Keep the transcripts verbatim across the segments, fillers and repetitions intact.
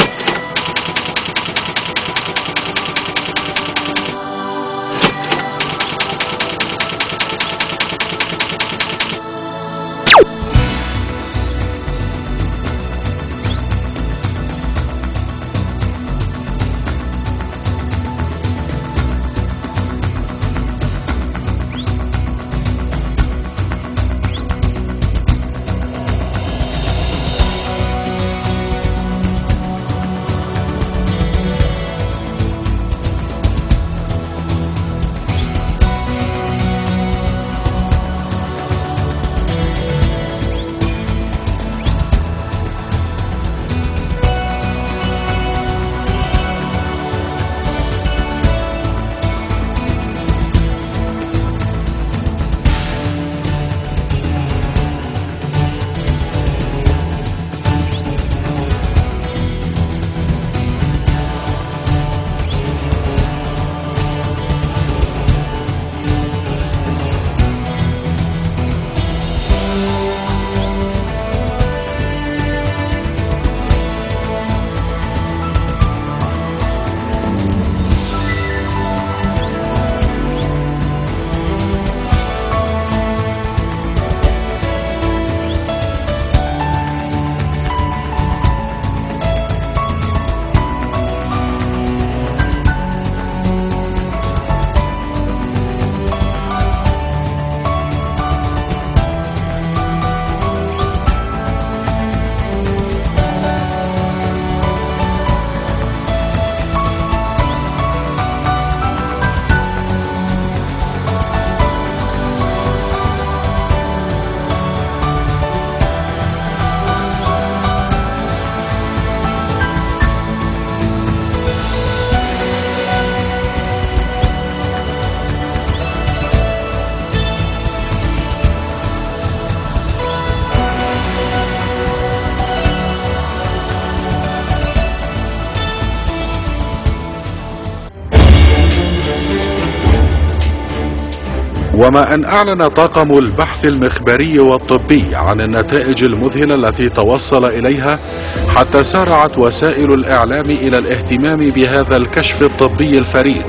وما أن أعلن طاقم البحث المخبري والطبي عن النتائج المذهلة التي توصل إليها، حتى سارعت وسائل الإعلام إلى الاهتمام بهذا الكشف الطبي الفريد،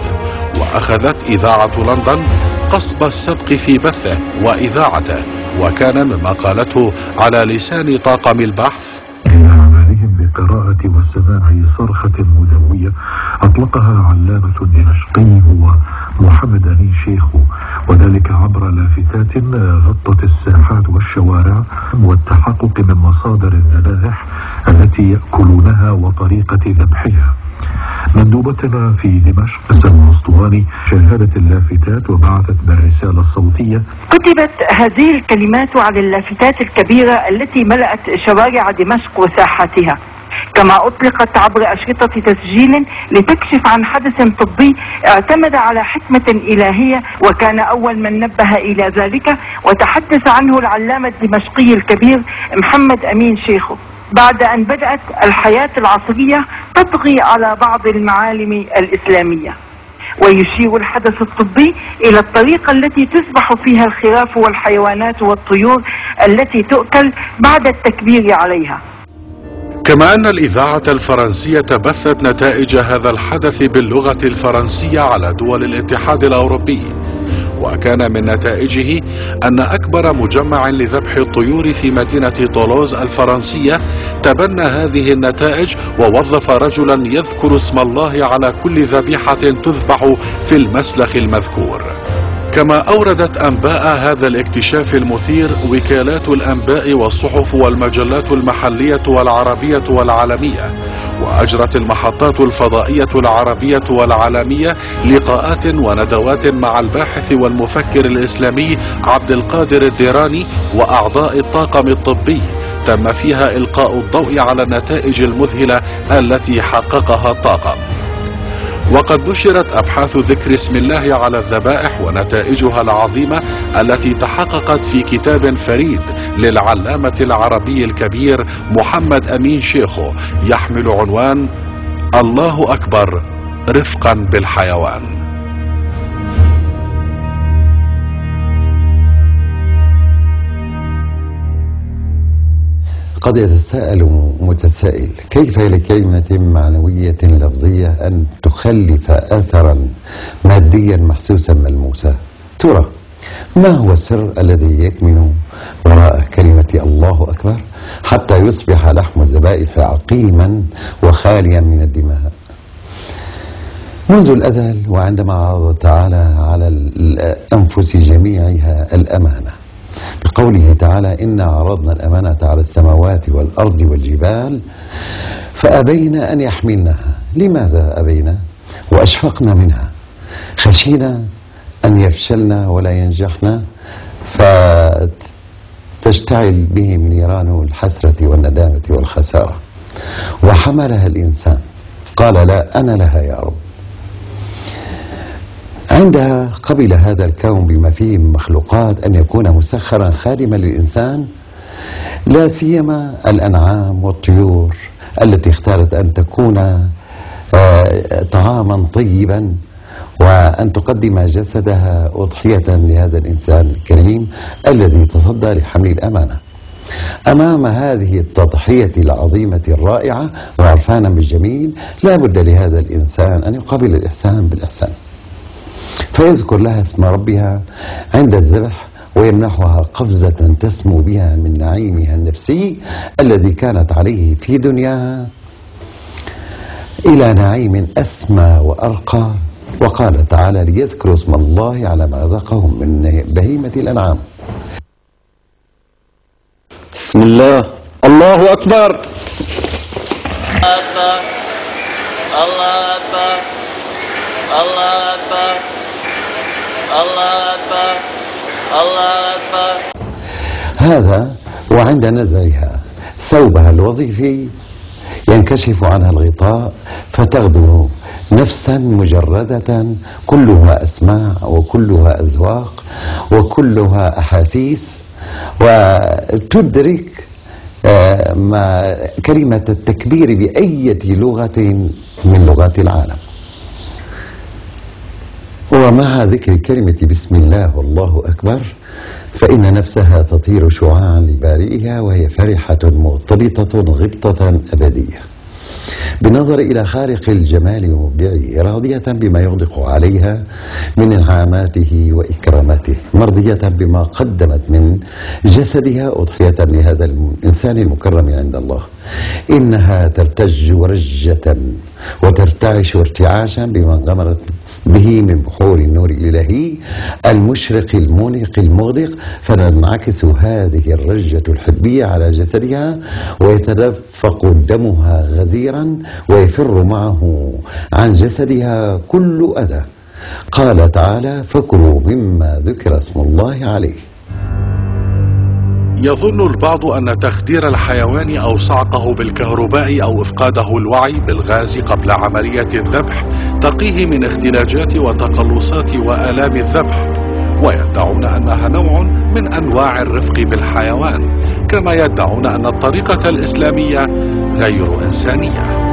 وأخذت إذاعة لندن قصب السبق في بثه وإذاعته، وكان مما قالته على لسان طاقم البحث: بالقراءة والسماع صرخة مدوية أطلقها علامة دمشقي هو محمد أمين شيخو، وذلك عبر لافتات غطت الساحات والشوارع والتحقق من مصادر الذبائح التي يأكلونها وطريقة ذبحها. مندوبتنا في دمشق سلمى اسطواني شاهدت اللافتات وبعثت بالرسالة الصوتية. كتبت هذه الكلمات على اللافتات الكبيرة التي ملأت شوارع دمشق وساحاتها، كما أطلقت عبر أشرطة تسجيل لتكشف عن حدث طبي اعتمد على حكمة إلهية، وكان أول من نبه إلى ذلك وتحدث عنه العلامة الدمشقي الكبير محمد أمين شيخو، بعد أن بدأت الحياة العصرية تطغي على بعض المعالم الإسلامية. ويشير الحدث الطبي إلى الطريقة التي تذبح فيها الخراف والحيوانات والطيور التي تؤكل بعد التكبير عليها. كما أن الإذاعة الفرنسية بثت نتائج هذا الحدث باللغة الفرنسية على دول الاتحاد الأوروبي، وكان من نتائجه أن أكبر مجمع لذبح الطيور في مدينة طولوز الفرنسية تبنى هذه النتائج ووظف رجلا يذكر اسم الله على كل ذبيحة تذبح في المسلخ المذكور. كما أوردت أنباء هذا الاكتشاف المثير وكالات الأنباء والصحف والمجلات المحلية والعربية والعالمية، وأجرت المحطات الفضائية العربية والعالمية لقاءات وندوات مع الباحث والمفكر الإسلامي عبد القادر الديراني وأعضاء الطاقم الطبي، تم فيها إلقاء الضوء على النتائج المذهلة التي حققها الطاقم. وقد نشرت أبحاث ذكر اسم الله على الذبائح ونتائجها العظيمة التي تحققت في كتاب فريد للعلامة العربي الكبير محمد أمين شيخو يحمل عنوان الله أكبر رفقا بالحيوان. قد يتساءل متسائل: كيف لكلمة معنوية لفظية أن تخلف أثرا ماديا محسوسا ملموسا؟ ترى ما هو السر الذي يكمن وراء كلمة الله أكبر حتى يصبح لحم الذبائح عقيما وخاليا من الدماء؟ منذ الأزل وعندما عرض تعالى على الأنفس جميعها الأمانة بقوله تعالى: إنا عرضنا الأمانة على السماوات والأرض والجبال فأبين أن يحملنها. لماذا أبينا وأشفقنا منها؟ خشينا أن يفشلنا ولا ينجحنا فتشتعل بهم نيران الحسرة والندامة والخسارة. وحملها الإنسان، قال: لا أنا لها يا رب. عندها قبل هذا الكون بما فيه من مخلوقات أن يكون مسخرا خادما للإنسان، لا سيما الأنعام والطيور التي اختارت أن تكون طعاما طيبا وأن تقدم جسدها أضحية لهذا الإنسان الكريم الذي تصدى لحمل الأمانة. أمام هذه التضحية العظيمة الرائعة وعرفانا بالجميل، لا بد لهذا الإنسان أن يقابل الإحسان بالإحسان، فيذكر لها اسم ربها عند الذبح ويمنحها قفزة تسمو بها من نعيمها النفسي الذي كانت عليه في دنياها إلى نعيم أسمى وأرقى. وقال تعالى: ليذكروا اسم الله على ما رزقهم من بهيمة الأنعام. بسم الله. الله أكبر. أكبر. الله أكبر. الله أكبر. الله أكبر. الله أكبر. هذا وعند نزعها ثوبها الوظيفي ينكشف عنها الغطاء فتغدو نفسا مجردة كلها أسماع وكلها أذواق وكلها أحاسيس، وتدرك ما كلمة التكبير بأية لغة من لغات العالم. ومع ذكر كلمة بسم الله والله أكبر فإن نفسها تطير شعاعا لبارئها وهي فرحة مرتبطة غبطة أبدية بالنظر إلى خالق الجمال ومبدعه، راضية بما يغلق عليها من إنعاماته وإكراماته، مرضية بما قدمت من جسدها أضحية لهذا الإنسان المكرم عند الله. إنها ترتج رجة وترتعش ارتعاشا بما انغمرت به من بحور النور الإلهي المشرق المونق المغدق، فتنعكس هذه الرجة الحبية على جسدها ويتدفق دمها غزيرا ويفر معه عن جسدها كل أذى. قال تعالى: فكلوا مما ذكر اسم الله عليه. يظن البعض أن تخدير الحيوان أو صعقه بالكهرباء أو إفقاده الوعي بالغاز قبل عملية الذبح تقيه من اختلاجات وتقلصات وآلام الذبح، ويدعون أنها نوع من أنواع الرفق بالحيوان، كما يدعون أن الطريقة الإسلامية غير إنسانية.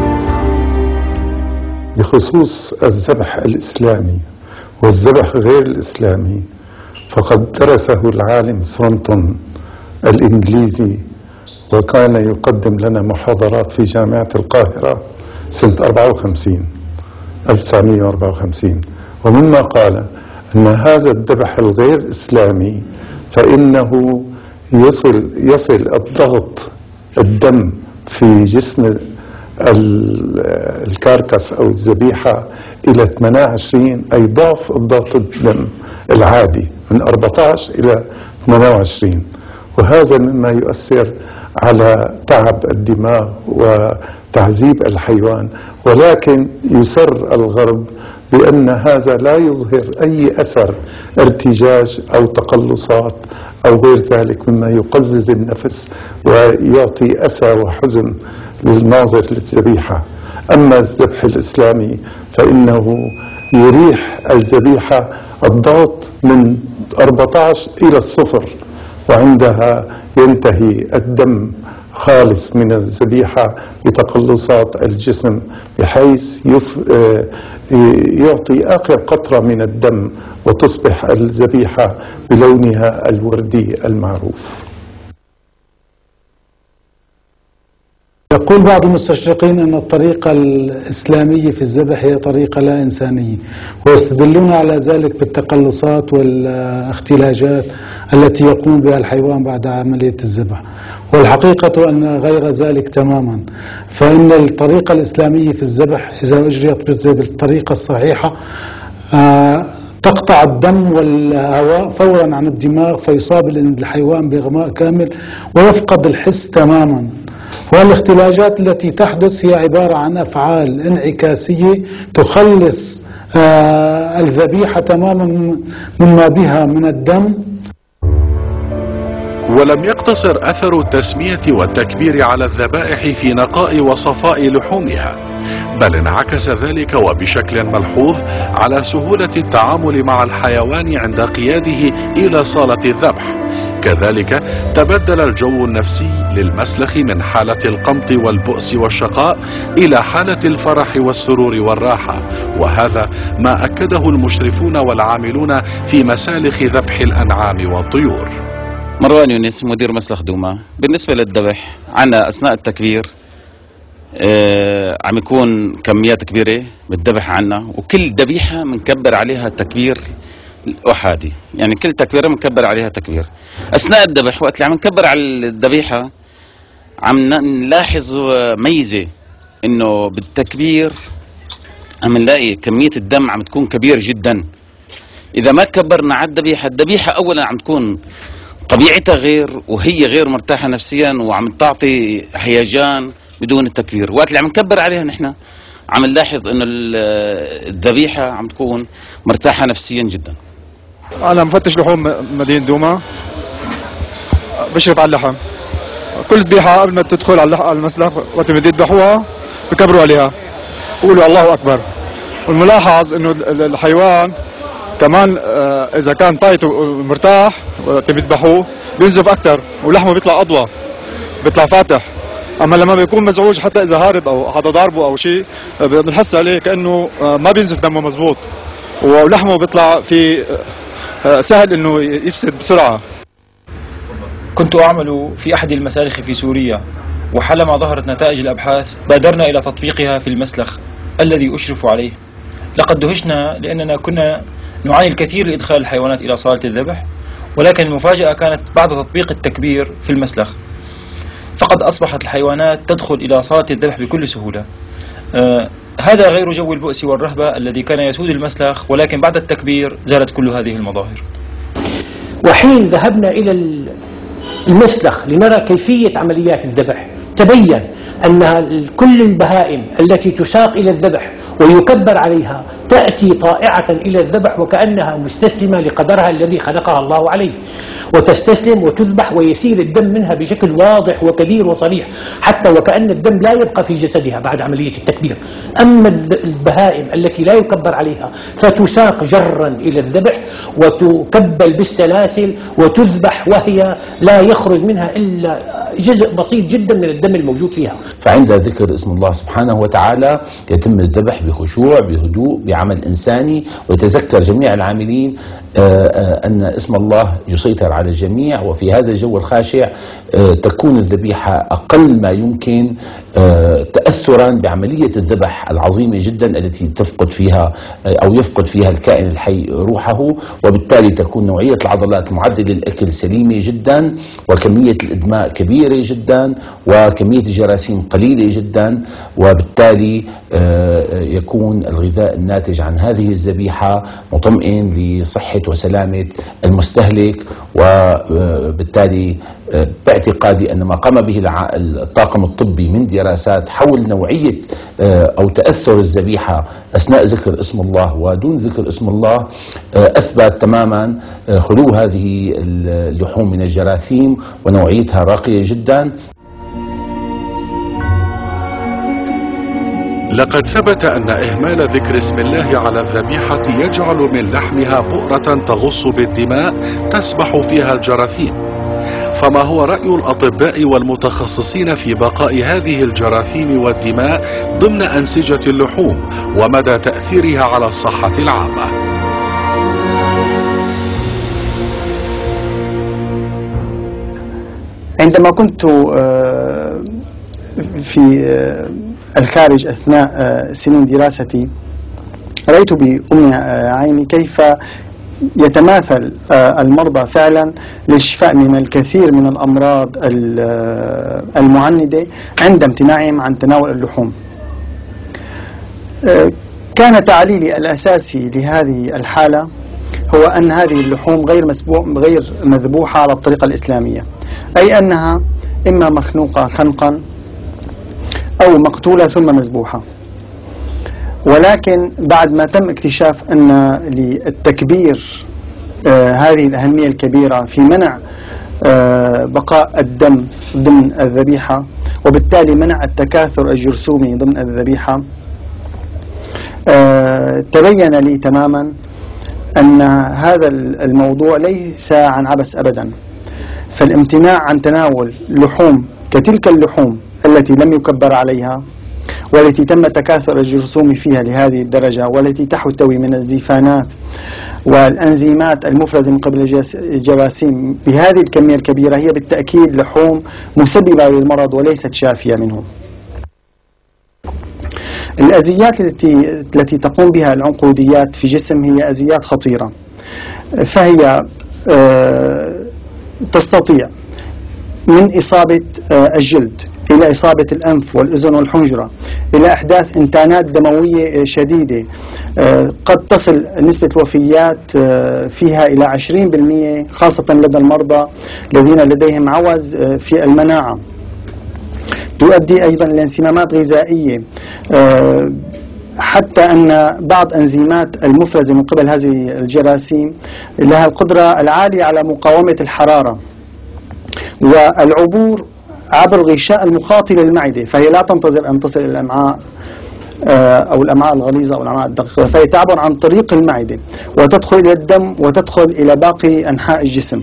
بخصوص الذبح الإسلامي والذبح غير الإسلامي، فقد درسه العالم ثورنتون الإنجليزي، وكان يقدم لنا محاضرات في جامعة القاهرة سنة أربعة وخمسين ألف وتسعمئة وأربعة وخمسين، ومما قال أن هذا الذبح الغير إسلامي فإنه يصل يصل الضغط الدم في جسم الكاركس أو الذبيحة إلى ثمانية وعشرين، أي ضعف ضغط الدم العادي من أربعة عشر إلى ثمانية وعشرين، وهذا مما يؤثر على تعب الدماغ وتعذيب الحيوان. ولكن يسر الغرب بأن هذا لا يظهر أي أثر ارتجاج أو تقلصات أو غير ذلك مما يقزز النفس ويعطي أسى وحزن للناظر للذبيحة. أما الذبح الإسلامي فإنه يريح الذبيحة الضغط من أربعة عشر إلى الصفر، وعندها ينتهي الدم خالص من الذبيحة بتقلصات الجسم بحيث يف... يعطي آخر قطرة من الدم وتصبح الذبيحة بلونها الوردي المعروف. يقول بعض المستشرقين أن الطريقة الإسلامية في الذبح هي طريقة لا إنسانية، ويستدلون على ذلك بالتقلصات والاختلاجات التي يقوم بها الحيوان بعد عملية الذبح، والحقيقة أن غير ذلك تماما. فإن الطريقة الإسلامية في الذبح إذا أجريت بالطريقة الصحيحة تقطع الدم والهواء فورا عن الدماغ، فيصاب الحيوان بإغماء كامل ويفقد الحس تماما. والاختلاجات التي تحدث هي عبارة عن أفعال انعكاسية تخلص آه الذبيحة تماما مما بها من الدم. ولم يقتصر أثر التسمية والتكبير على الذبائح في نقاء وصفاء لحومها، بل انعكس ذلك وبشكل ملحوظ على سهولة التعامل مع الحيوان عند قياده إلى صالة الذبح. كذلك تبدل الجو النفسي للمسلخ من حالة القمط والبؤس والشقاء إلى حالة الفرح والسرور والراحة، وهذا ما أكده المشرفون والعاملون في مسالخ ذبح الأنعام والطيور. مروان يونس، مدير مسلخ دوما. بالنسبة للذبح عنا أثناء التكبير آه عم يكون كميات كبيرة بالذبح عنا، وكل ذبيحة منكبر عليها تكبير أحادي، يعني كل تكبيرة منكبر عليها تكبير. أثناء الذبح وقت اللي عم نكبر على الذبيحة عم نلاحظ ميزة، إنه بالتكبير عم نلاقي كمية الدم عم تكون كبيرة جدا. إذا ما كبرنا على الذبيحة، الذبيحة أولا عم تكون طبيعتها غير، وهي غير مرتاحة نفسيا وعم تعطي هيجان بدون التكبير. وقت اللي عم نكبر عليها نحن عم نلاحظ انه الذبيحة عم تكون مرتاحة نفسيا جدا. انا مفتش لحوم مدينة دوما، بشرف على اللحم. كل ذبيحة قبل ما تدخل على المسلخ وقت ما يذبحوها بكبروا عليها، بيقولوا الله اكبر. والملاحظ انه الحيوان كمان اذا كان طايت ومرتاح وقت بيذبحوه بينزف اكثر ولحمه بيطلع اضوى، بيطلع فاتح. اما لما بيكون مزعوج حتى اذا هارب او حدا ضاربه او شيء بنحس عليه كانه ما بينزف دمه مزبوط، ولحمه بيطلع في سهل انه يفسد بسرعه. كنت اعمل في احد المسالخ في سوريا، وحالما ظهرت نتائج الابحاث بادرنا الى تطبيقها في المسلخ الذي اشرف عليه. لقد دهشنا لاننا كنا نعاني الكثير لادخال الحيوانات الى صالة الذبح، ولكن المفاجأة كانت بعد تطبيق التكبير في المسلخ، فقد أصبحت الحيوانات تدخل إلى صالة الذبح بكل سهولة. آه هذا غير جو البؤس والرهبة الذي كان يسود المسلخ، ولكن بعد التكبير زالت كل هذه المظاهر. وحين ذهبنا إلى المسلخ لنرى كيفية عمليات الذبح، تبين أن كل البهائم التي تساق إلى الذبح ويكبر عليها تأتي طائعة إلى الذبح وكأنها مستسلمة لقدرها الذي خلقها الله عليه، وتستسلم وتذبح ويسيل الدم منها بشكل واضح وكبير وصريح، حتى وكأن الدم لا يبقى في جسدها بعد عملية التكبير. أما البهائم التي لا يكبر عليها فتساق جرا إلى الذبح وتكبل بالسلاسل وتذبح وهي لا يخرج منها إلا جزء بسيط جدا من الدم الموجود فيها. فعند ذكر اسم الله سبحانه وتعالى يتم الذبح بخشوع بهدوء بعمل إنساني، ويتذكر جميع العاملين أن اسم الله يسيطر على الجميع. وفي هذا الجو الخاشع تكون الذبيحة أقل ما يمكن تأثرا بعملية الذبح العظيمة جدا التي تفقد فيها أو يفقد فيها الكائن الحي روحه، وبالتالي تكون نوعية العضلات المعدة للأكل سليمة جدا، وكمية الإدماء كبيرة جدا، وكمية الجراثيم قليلة جدا، وبالتالي يكون الغذاء الناتج عن هذه الذبيحة مطمئن لصحة وسلامة المستهلك. وبالتالي باعتقادي أن ما قام به الطاقم الطبي من دراسات حول نوعية أو تأثر الذبيحة أثناء ذكر اسم الله ودون ذكر اسم الله أثبت تماما خلو هذه اللحوم من الجراثيم ونوعيتها راقية جدا. لقد ثبت أن إهمال ذكر اسم الله على الذبيحة يجعل من لحمها بؤرة تغص بالدماء تسبح فيها الجراثيم. فما هو رأي الأطباء والمتخصصين في بقاء هذه الجراثيم والدماء ضمن أنسجة اللحوم ومدى تأثيرها على الصحة العامة؟ عندما كنت في الخارج أثناء سنين دراستي رأيت بأم عيني كيف يتماثل المرضى فعلا للشفاء من الكثير من الأمراض المعندة عند امتناعهم عن تناول اللحوم. كان تعليلي الأساسي لهذه الحالة هو أن هذه اللحوم غير غير مذبوحة على الطريقة الإسلامية، أي أنها إما مخنوقة خنقا أو مقتولة ثم مذبوحة. ولكن بعد ما تم اكتشاف أن للتكبير آه هذه الأهمية الكبيرة في منع آه بقاء الدم ضمن الذبيحة، وبالتالي منع التكاثر الجرثومي ضمن الذبيحة، آه تبين لي تماما أن هذا الموضوع ليس عن عبث أبدا. فالامتناع عن تناول لحوم كتلك اللحوم التي لم يكبر عليها والتي تم تكاثر الجرثوم فيها لهذه الدرجة، والتي تحتوي من الزيفانات والأنزيمات المفرزة من قبل الجراثيم بهذه الكمية الكبيرة، هي بالتأكيد لحوم مسببة للمرض وليست شافية منه. الأذيات التي التي تقوم بها العنقوديات في جسم هي أذيات خطيرة، فهي تستطيع من إصابة الجلد إلى إصابة الأنف والأذن والحنجرة، إلى إحداث إنتانات دموية شديدة قد تصل نسبة الوفيات فيها إلى عشرين بالمئة، خاصة لدى المرضى الذين لديهم عوز في المناعة. تؤدي أيضا إلى انسمامات غذائية، حتى أن بعض أنزيمات المفرزة من قبل هذه الجراثيم لها القدرة العالية على مقاومة الحرارة والعبور عبر الغشاء المخاطي للمعدة، فهي لا تنتظر أن تصل إلى الأمعاء أو الأمعاء الغليظة أو الأمعاء الدقيقة، فهي تعبر عن طريق المعدة وتدخل إلى الدم وتدخل إلى باقي أنحاء الجسم.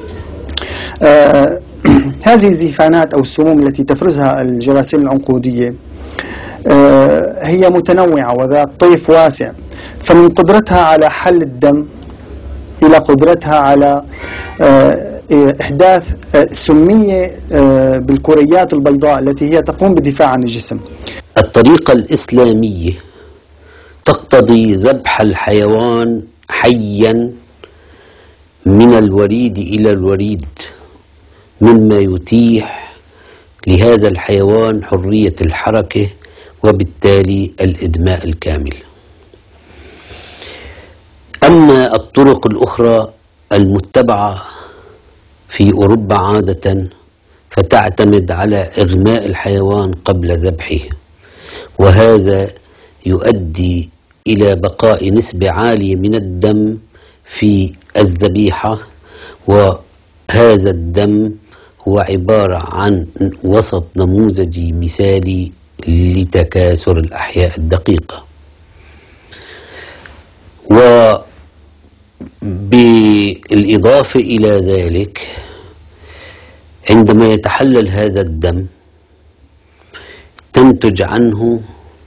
هذه الزيفانات أو السموم التي تفرزها الجراثيم العنقودية هي متنوعة وذات طيف واسع، فمن قدرتها على حل الدم إلى قدرتها على إحداث سمية بالكريات البيضاء التي هي تقوم بالدفاع عن الجسم. الطريقة الإسلامية تقتضي ذبح الحيوان حيا من الوريد إلى الوريد، مما يتيح لهذا الحيوان حرية الحركة وبالتالي الإدماء الكامل. أما الطرق الأخرى المتبعة في أوروبا عادة فتعتمد على إغماء الحيوان قبل ذبحه، وهذا يؤدي إلى بقاء نسبة عالية من الدم في الذبيحة، وهذا الدم هو عبارة عن وسط نموذجي مثالي لتكاثر الأحياء الدقيقة. وبالإضافة إلى ذلك عندما يتحلل هذا الدم تنتج عنه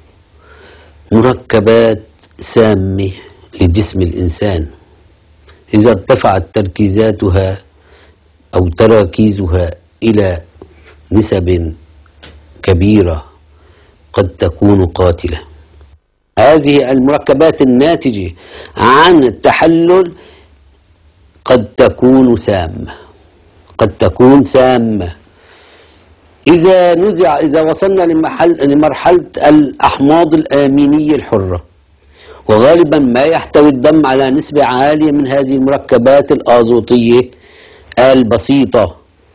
مركبات سامة لجسم الإنسان، إذا ارتفعت تركيزاتها أو تراكيزها إلى نسب كبيرة قد تكون قاتلة. هذه المركبات الناتجة عن التحلل قد تكون سامة قد تكون سامة إذا نزع إذا وصلنا لمحل لمرحلة الأحماض الآمينية الحرة، وغالبا ما يحتوي الدم على نسبة عالية من هذه المركبات الآزوتية البسيطة.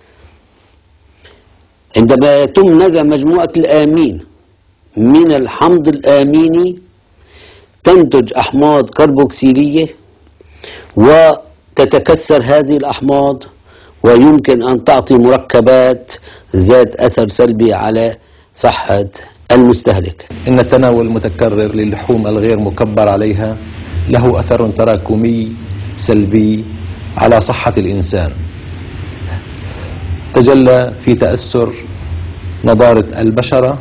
عندما يتم نزع مجموعة الآمين من الحمض الآميني تنتج أحماض كربوكسيلية، وتتكسر هذه الأحماض ويمكن أن تعطي مركبات ذات أثر سلبي على صحة المستهلك. إن التناول المتكرر للحوم الغير مكبر عليها له أثر تراكمي سلبي على صحة الإنسان، تجلى في تأثر نضارة البشرة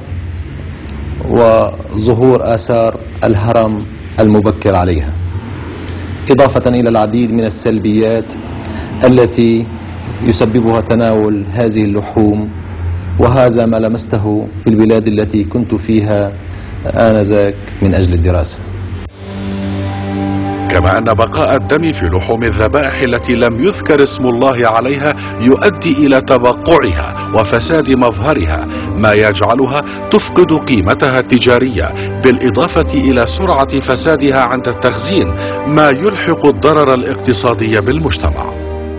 وظهور آثار الهرم المبكر عليها، إضافة إلى العديد من السلبيات التي يسببها تناول هذه اللحوم وهذا ما لمسته في البلاد التي كنت فيها آنذاك من أجل الدراسة. كما أن بقاء الدم في لحوم الذبائح التي لم يذكر اسم الله عليها يؤدي إلى تبقعها وفساد مظهرها، ما يجعلها تفقد قيمتها التجارية، بالإضافة إلى سرعة فسادها عند التخزين، ما يلحق الضرر الاقتصادي بالمجتمع.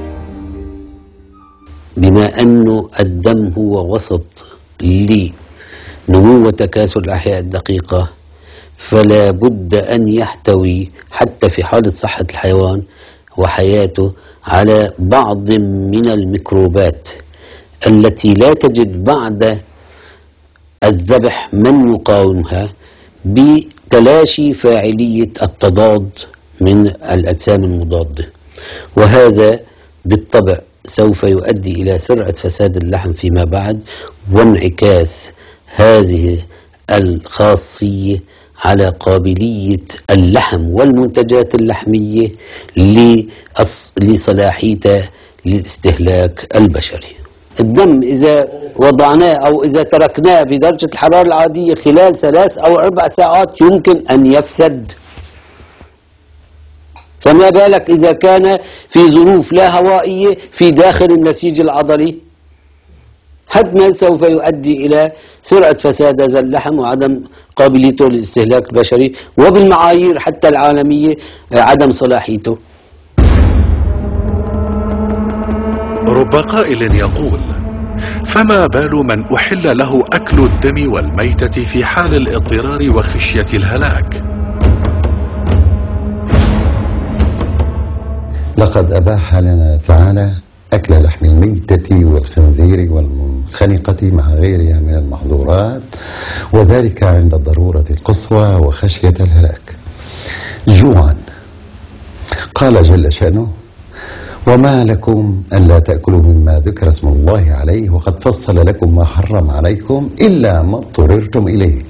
بما أن الدم هو وسط لنمو وتكاثر الأحياء الدقيقة، فلا بد أن يحتوي حتى في حالة صحة الحيوان وحياته على بعض من الميكروبات التي لا تجد بعد الذبح من يقاومها بتلاشي فاعلية التضاد من الأجسام المضادة، وهذا بالطبع سوف يؤدي إلى سرعة فساد اللحم فيما بعد، وانعكاس هذه الخاصية على قابلية اللحم والمنتجات اللحمية لصلاحيتها للاستهلاك البشري. الدم إذا وضعناه أو إذا تركناه بدرجة الحرارة العادية خلال ثلاث أو أربع ساعات يمكن أن يفسد، فما بالك إذا كان في ظروف لا هوائية في داخل النسيج العضلي، حد ما سوف يؤدي إلى سرعة فساد هذا اللحم وعدم قابليته للاستهلاك البشري، وبالمعايير حتى العالمية عدم صلاحيته. رب قائل يقول: فما بال من أحل له أكل الدم والميتة في حال الاضطرار وخشية الهلاك؟ لقد أباح لنا تعالى أكل لحم الميتة والخنزير والخنقة مع غيرها من المحظورات، وذلك عند الضرورة القصوى وخشية الهلاك جوعا. قال جل شأنه: وما لكم ألا تأكلوا مما ذكر اسم الله عليه وقد فصل لكم ما حرم عليكم إلا ما اضطررتم إليه.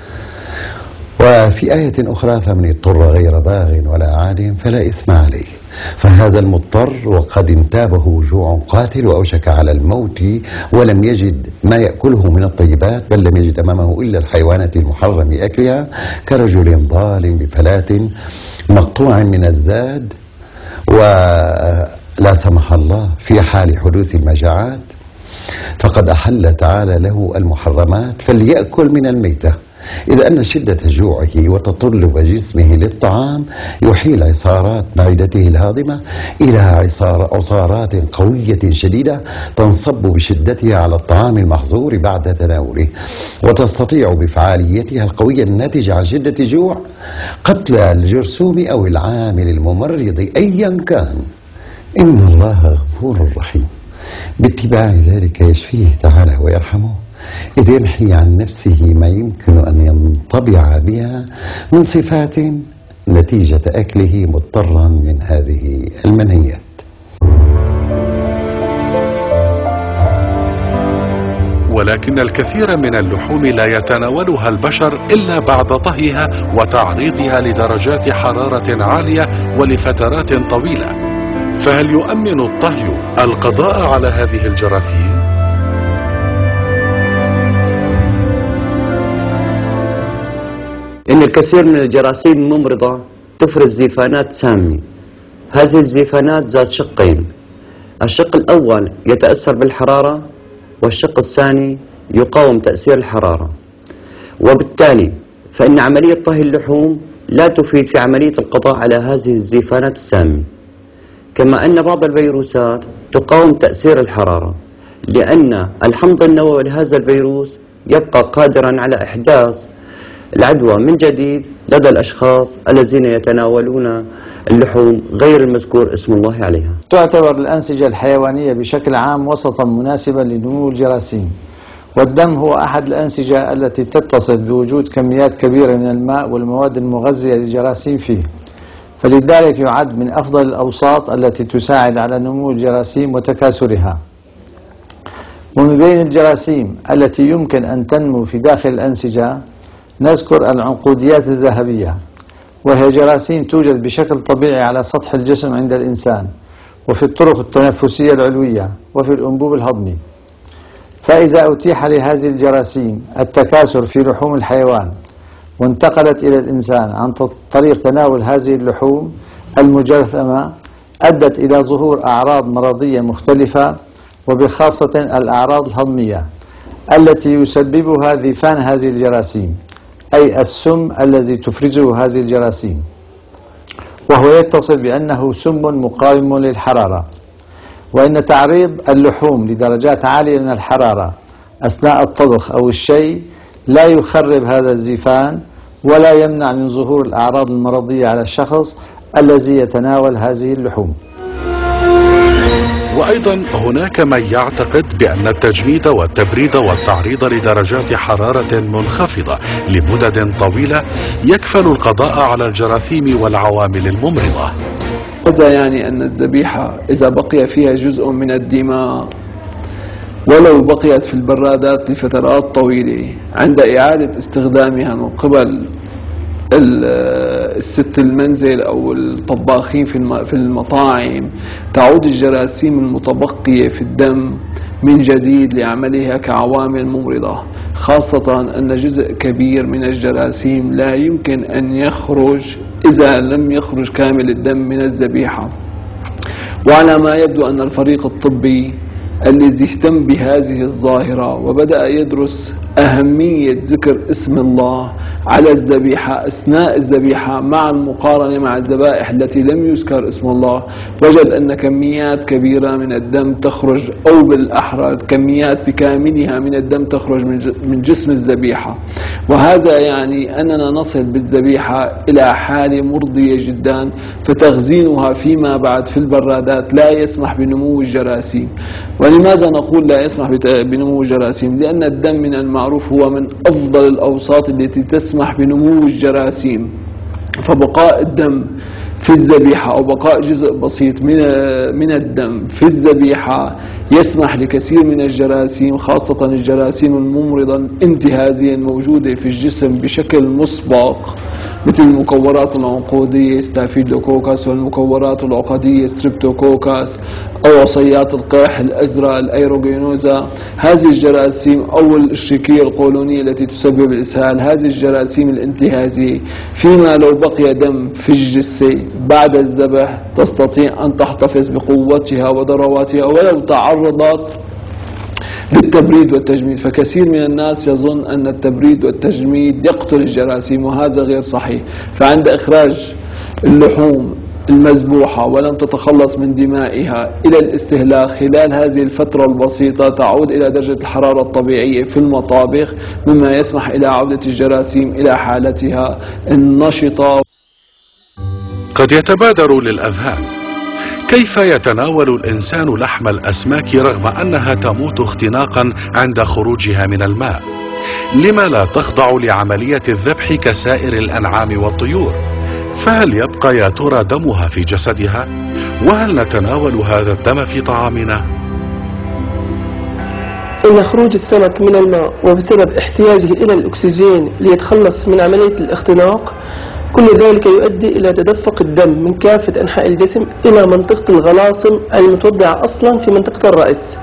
وفي آية أخرى: فمن اضطر غير باغ ولا عاد فلا إثم عليه. فهذا المضطر وقد انتابه جوع قاتل وأوشك على الموت ولم يجد ما يأكله من الطيبات، بل لم يجد أمامه إلا الحيوانات المحرم أكلها، كرجل ضال بفلاة مقطوع من الزاد، ولا سمح الله في حال حدوث المجاعات فقد أحل تعالى له المحرمات، فليأكل من الميتة، إذ أن شدة جوعه وتطلب جسمه للطعام يحيل عصارات معدته الهاضمة إلى عصار عصارات قوية شديدة تنصب بشدتها على الطعام المحظور بعد تناوله، وتستطيع بفعاليتها القوية الناتجة عن شدة الجوع قتل الجرثوم أو العامل الممرض أيا كان. إن الله غفور رحيم، باتباع ذلك يشفيه تعالى ويرحمه، إذ يمحي عن نفسه ما يمكن أن ينطبع بها من صفات نتيجة أكله مضطرا من هذه المنهيات. ولكن الكثير من اللحوم لا يتناولها البشر إلا بعد طهيها وتعريضها لدرجات حرارة عالية ولفترات طويلة، فهل يؤمن الطهي القضاء على هذه الجراثيم؟ إن الكثير من الجراثيم الممرضة تفرز زيفانات سامة. هذه الزيفانات ذات شقين: الشق الأول يتأثر بالحرارة، والشق الثاني يقاوم تأثير الحرارة، وبالتالي فإن عملية طهي اللحوم لا تفيد في عملية القضاء على هذه الزيفانات السامة. كما أن بعض الفيروسات تقاوم تأثير الحرارة، لأن الحمض النووي لهذا الفيروس يبقى قادرا على إحداث العدوى من جديد لدى الأشخاص الذين يتناولون اللحوم غير المذكور اسم الله عليها. تعتبر الأنسجة الحيوانية بشكل عام وسطا مناسبا لنمو الجراثيم، والدم هو أحد الأنسجة التي تتصل بوجود كميات كبيرة من الماء والمواد المغذية للجراثيم فيه، فلذلك يعد من أفضل الأوساط التي تساعد على نمو الجراثيم وتكاثرها. ومن بين الجراثيم التي يمكن أن تنمو في داخل الأنسجة نذكر العنقوديات الذهبية، وهي جراثيم توجد بشكل طبيعي على سطح الجسم عند الإنسان، وفي الطرق التنفسية العلوية، وفي الأنبوب الهضمي. فإذا أتيح لهذه الجراثيم التكاثر في لحوم الحيوان وانتقلت إلى الإنسان عن طريق تناول هذه اللحوم المجرثمة، أدت إلى ظهور أعراض مرضية مختلفة، وبخاصة الأعراض الهضمية التي يسببها ذيفان هذه الجراثيم، أي السم الذي تفرزه هذه الجراثيم، وهو يتصل بأنه سم مقاوم للحرارة. وإن تعريض اللحوم لدرجات عالية من الحرارة أثناء الطبخ أو الشي لا يخرب هذا الزيفان ولا يمنع من ظهور الأعراض المرضية على الشخص الذي يتناول هذه اللحوم. وأيضا هناك من يعتقد بأن التجميد والتبريد والتعريض لدرجات حرارة منخفضة لمدد طويلة يكفل القضاء على الجراثيم والعوامل الممرضة. هذا يعني أن الذبيحة إذا بقي فيها جزء من الدماء ولو بقيت في البرادات لفترات طويلة، عند إعادة استخدامها من قبل الست المنزل أو الطباخين في المطاعم، تعود الجراثيم المتبقية في الدم من جديد لعملها كعوامل ممرضة، خاصة أن جزء كبير من الجراثيم لا يمكن أن يخرج إذا لم يخرج كامل الدم من الذبيحة. وعلى ما يبدو أن الفريق الطبي الذي اهتم بهذه الظاهرة وبدأ يدرس أهمية ذكر اسم الله على الذبيحة أثناء الذبيحة مع المقارنة مع الذبائح التي لم يذكر اسم الله، وجد أن كميات كبيرة من الدم تخرج، أو بالأحرى كميات بكاملها من الدم تخرج من جسم الذبيحة. وهذا يعني أننا نصل بالذبيحة إلى حالة مرضية جدا، فتخزينها فيما بعد في البرادات لا يسمح بنمو الجراثيم. ولماذا نقول لا يسمح بنمو الجراثيم؟ لأن الدم من المعروف هو من أفضل الأوساط التي تسمح بنمو الجراثيم، فبقاء الدم في الذبيحة أو بقاء جزء بسيط من من الدم في الذبيحة يسمح لكثير من الجراثيم، خاصة الجراثيم الممرضة الانتهازية الموجودة في الجسم بشكل مسبق، مثل المكورات العنقودية ستافيلوكوكس والمكورات العقدية ستريبتوكوكس أو عصيات القيح الأزرق الأيروجينوزا. هذه الجراثيم أو الشركية القولونية التي تسبب الإسهال، هذه الجراثيم الانتهازية فيما لو بقي دم في الجثة بعد الذبح تستطيع أن تحتفظ بقوتها وضرواتها ولو تعرضت للتبريد والتجميد. فكثير من الناس يظن أن التبريد والتجميد يقتل الجراثيم، وهذا غير صحيح. فعند إخراج اللحوم المذبوحة ولم تتخلص من دمائها إلى الاستهلاك خلال هذه الفترة البسيطة تعود إلى درجة الحرارة الطبيعية في المطابخ، مما يسمح إلى عودة الجراثيم إلى حالتها النشطة. قد يتبادر للأذهان: كيف يتناول الإنسان لحم الأسماك رغم أنها تموت اختناقا عند خروجها من الماء؟ لما لا تخضع لعملية الذبح كسائر الأنعام والطيور؟ فهل يبقى يا ترى دمها في جسدها؟ وهل نتناول هذا الدم في طعامنا؟ إن خروج السمك من الماء وبسبب احتياجه إلى الأكسجين ليتخلص من عملية الاختناق، كل ذلك يؤدي إلى تدفق الدم من كافة أنحاء الجسم إلى منطقة الغلاصم المتوضعة أصلا في منطقة الرأس.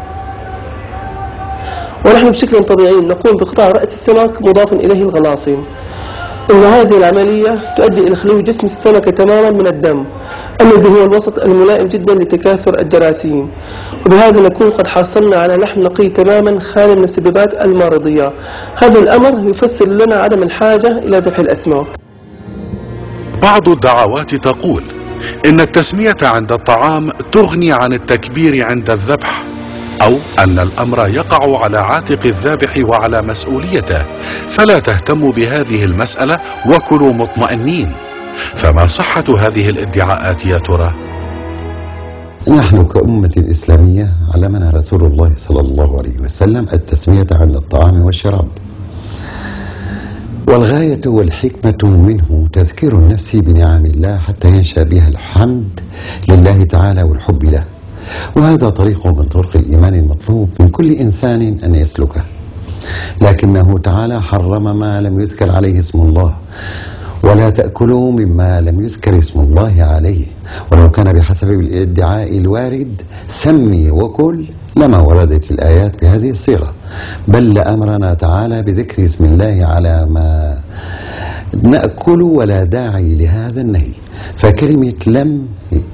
ونحن بشكل طبيعي نقوم بقطاع رأس السمك مضافا إليه الغلاصم. إن هذه العملية تؤدي إلى خلو جسم السمكة تماما من الدم الذي هو الوسط الملائم جدا لتكاثر الجراثيم، وبهذا نكون قد حصلنا على لحم نقي تماما خالي من المسببات المرضية. هذا الأمر يفسر لنا عدم الحاجة إلى ذبح الأسماك. بعض الدعوات تقول إن التسمية عند الطعام تغني عن التكبير عند الذبح، أو أن الأمر يقع على عاتق الذابح وعلى مسؤوليته، فلا تهتموا بهذه المسألة وكلوا مطمئنين. فما صحة هذه الادعاءات يا ترى؟ نحن كأمة إسلامية علمنا رسول الله صلى الله عليه وسلم التسمية عند الطعام والشراب، والغاية والحكمة منه تذكير النفس بنعم الله حتى ينشأ بها الحمد لله تعالى والحب له، وهذا طريق من طرق الإيمان المطلوب من كل إنسان أن يسلكه. لكنه تعالى حرم ما لم يذكر عليه اسم الله، ولا تأكلوا مما لم يذكر اسم الله عليه، ولو كان بحسب الادعاء الوارد سمي وكل لما وردت الآيات بهذه الصيغة، بل لأمرنا تعالى بذكر اسم الله على ما نأكل ولا داعي لهذا النهي. فكلمة لم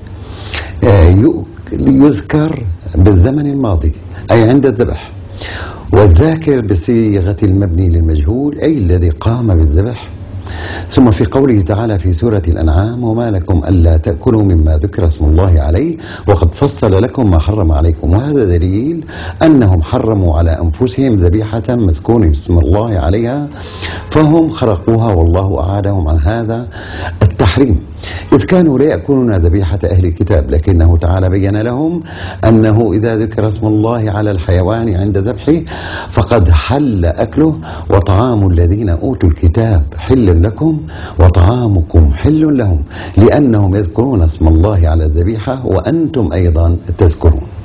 يذكر بالزمن الماضي أي عند الذبح، والذاكر بصيغة المبني للمجهول أي الذي قام بالذبح. ثم في قوله تعالى في سورة الأنعام وما لكم ألا تأكلوا مما ذكر اسم الله عليه وقد فصل لكم ما حرم عليكم، وهذا دليل أنهم حرموا على أنفسهم ذبيحة مذكور اسم الله عليها فهم خرقوها، والله أعادهم عن هذا التحريم، إذ كانوا لا يأكلون ذبيحة أهل الكتاب، لكنه تعالى بين لهم أنه إذا ذكر اسم الله على الحيوان عند ذبحه فقد حل أكله، وطعام الذين أوتوا الكتاب حل لكم وطعامكم حل لهم، لأنهم يذكرون اسم الله على الذبيحة وأنتم أيضا تذكرون.